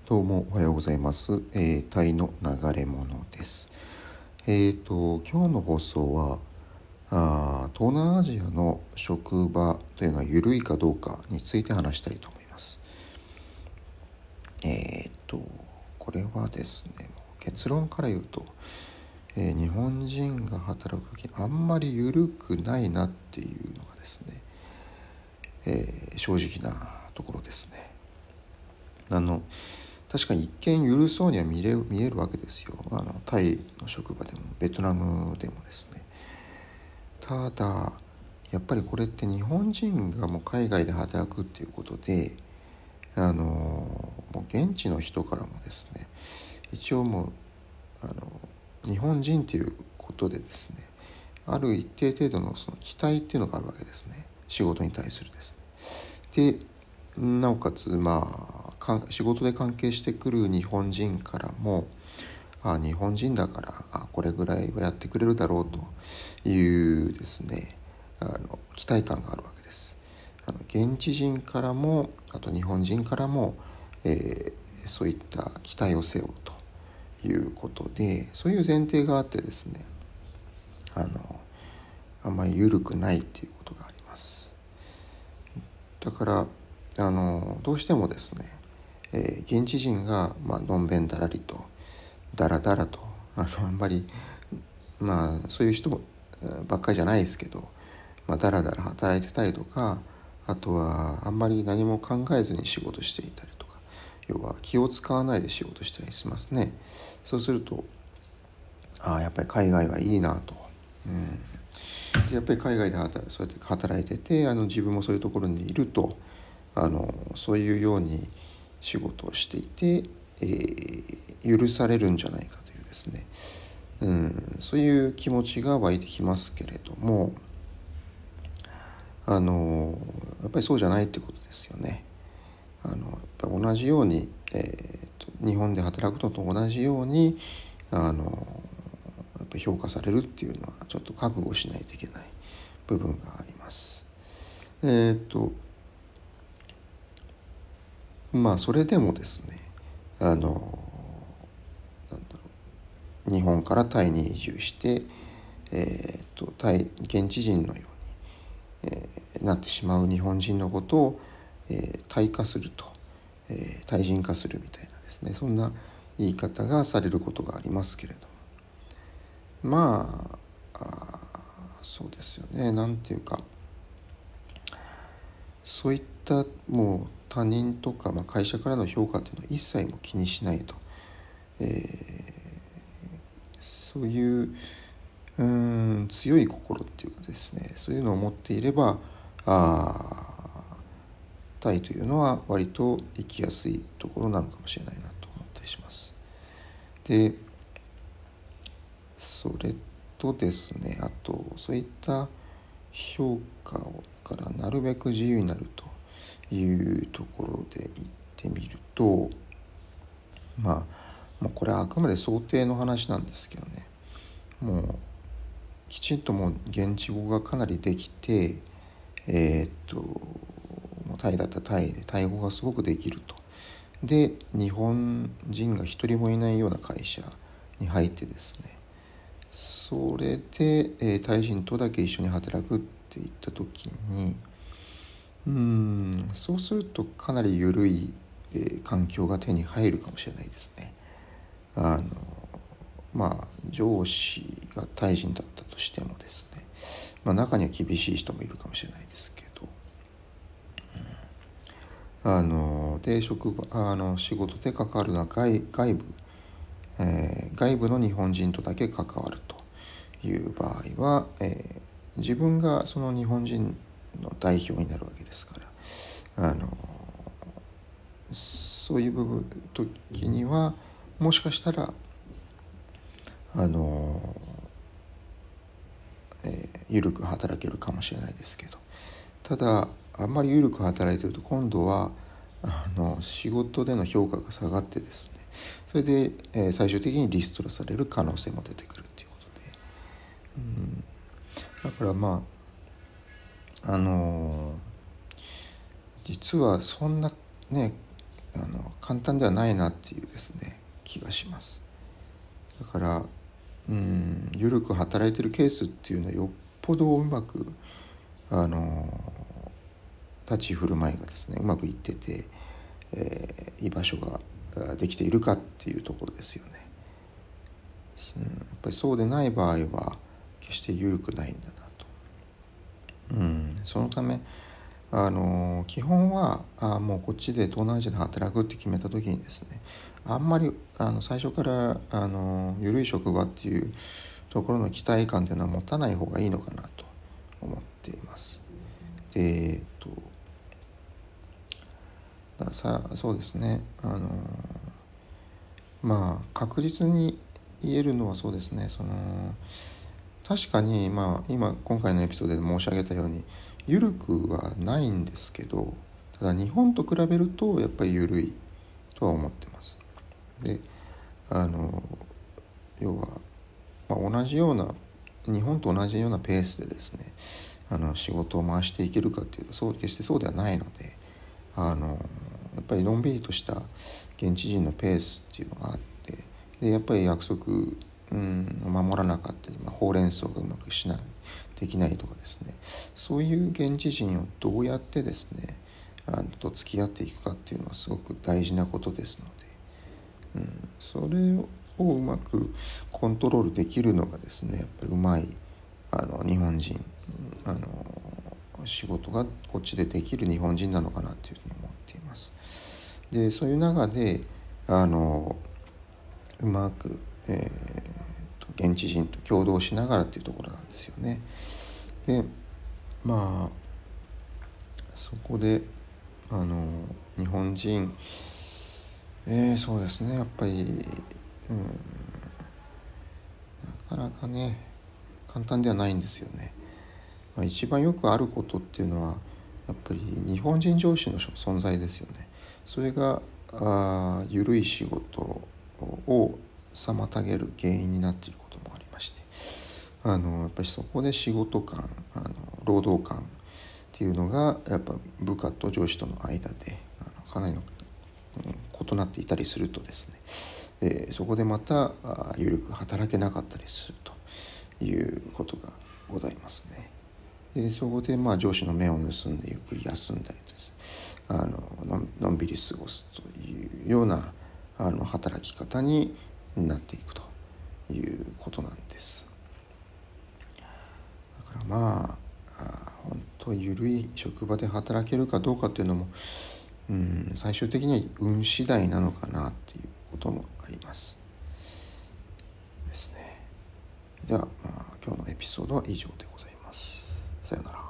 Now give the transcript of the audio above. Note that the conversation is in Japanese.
どうもおはようございます。タイの流れ物です。今日の放送は東南アジアの職場というのは緩いかどうかについて話したいと思います。これはですね、もう結論から言うと、日本人が働く時あんまり緩くないなっていうのがですね、正直なところですね。確かに一見緩そうには見えるわけですよ。タイの職場でもベトナムでもですね。ただやっぱりこれって日本人がもう海外で働くっていうことで、もう現地の人からもですね、一応もう日本人っていうことでですね、ある一定程度のその期待っていうのがあるわけですね。仕事に対するですね。でなおかつ仕事で関係してくる日本人からも日本人だからこれぐらいはやってくれるだろうというですね期待感があるわけです。現地人からもあと日本人からも、そういった期待を背負うということで、そういう前提があってですね、あんまり緩くないっていうことがあります。だからどうしてもですね、現地人がのんべんだらりとだらだらとあんまりそういう人もばっかりじゃないですけど、だらだら働いてたりとか、あとはあんまり何も考えずに仕事していたりとか、要は気を使わないで仕事したりしますね。そうするとやっぱり海外はいいなと、でやっぱり海外でそうやって働いてて自分もそういうところにいるとそういうように仕事をしていて、許されるんじゃないかというですね、そういう気持ちが湧いてきますけれども、やっぱりそうじゃないってことですよね。やっぱ同じように、日本で働くのと同じようにやっぱり評価されるっていうのはちょっと覚悟しないといけない部分があります。それでもですね、日本からタイに移住して、現地人のように、なってしまう日本人のことを、タイ化すると、タイ人化するみたいなですね、そんな言い方がされることがありますけれども、そうですよね。なんていうか、そういったもう他人とか、会社からの評価っていうのは一切も気にしないと、そういう強い心っていうかですね、そういうのを持っていればタイというのは割と生きやすいところなのかもしれないなと思ったりします。でそれとですね、あとそういった評価からなるべく自由になるというところで言ってみると、もうこれはあくまで想定の話なんですけどね、もうきちんともう現地語がかなりできて、もうタイだったらタイでタイ語がすごくできると。で日本人が一人もいないような会社に入ってですね、それで、タイ人とだけ一緒に働くっていった時にそうするとかなり緩い、環境が手に入るかもしれないですね。上司がタイ人だったとしてもですね、中には厳しい人もいるかもしれないですけど、で仕事で関わるのは外部の日本人とだけ関わるという場合は、自分がその日本人の代表になるわけですから、そういう時にはもしかしたら緩く働けるかもしれないですけど、ただあんまり緩く働いてると今度は仕事での評価が下がってですね、それで、最終的にリストラされる可能性も出てくるっていうことで、だから実はそんなね簡単ではないなっていうですね気がします。だから緩く働いてるケースっていうのはよっぽどうまく立ち振る舞いがですねうまくいってて、居場所ができているかっていうところですよね。やっぱりそうでない場合は決して緩くないんだなと。そのため基本はもうこっちで東南アジアで働くって決めた時にですねあんまり最初から緩い職場っていうところの期待感というのは持たない方がいいのかなと思っています。でそうですね確実に言えるのはそうですね確かに今回のエピソードで申し上げたように緩くはないんですけど、ただ日本と比べるとやっぱり緩いとは思ってます。で要は、同じような日本と同じようなペースでですね仕事を回していけるかっていうと決してそうではないのでやっぱりのんびりとした現地人のペースっていうのがあって、でやっぱり約束守らなかったり、ほうれん草がうまくできないとかですね、そういう現地人をどうやってですねと付き合っていくかっていうのはすごく大事なことですので、それをうまくコントロールできるのがですねやっぱりうまい日本人仕事がこっちでできる日本人なのかなというふうに思っています。でそういう中でうまく、現地人と共同しながらっていうところなんですよね。でそこで日本人そうですねやっぱりなかなかね簡単ではないんですよね。一番よくあることっていうのはやっぱり日本人上司の存在ですよね。それが緩い仕事を妨げる原因になっていることもありまして、やっぱりそこで仕事感労働感っていうのがやっぱ部下と上司との間でかなりの、異なっていたりするとですね、そこでまた緩く働けなかったりするということがございますね。でそこで上司の目を盗んでゆっくり休んだりですねのんびり過ごすというような働き方になっていくということなんです。だから本当緩い職場で働けるかどうかっていうのも最終的には運次第なのかなっていうこともありますですね。では今日のエピソードは以上でございます。さよなら。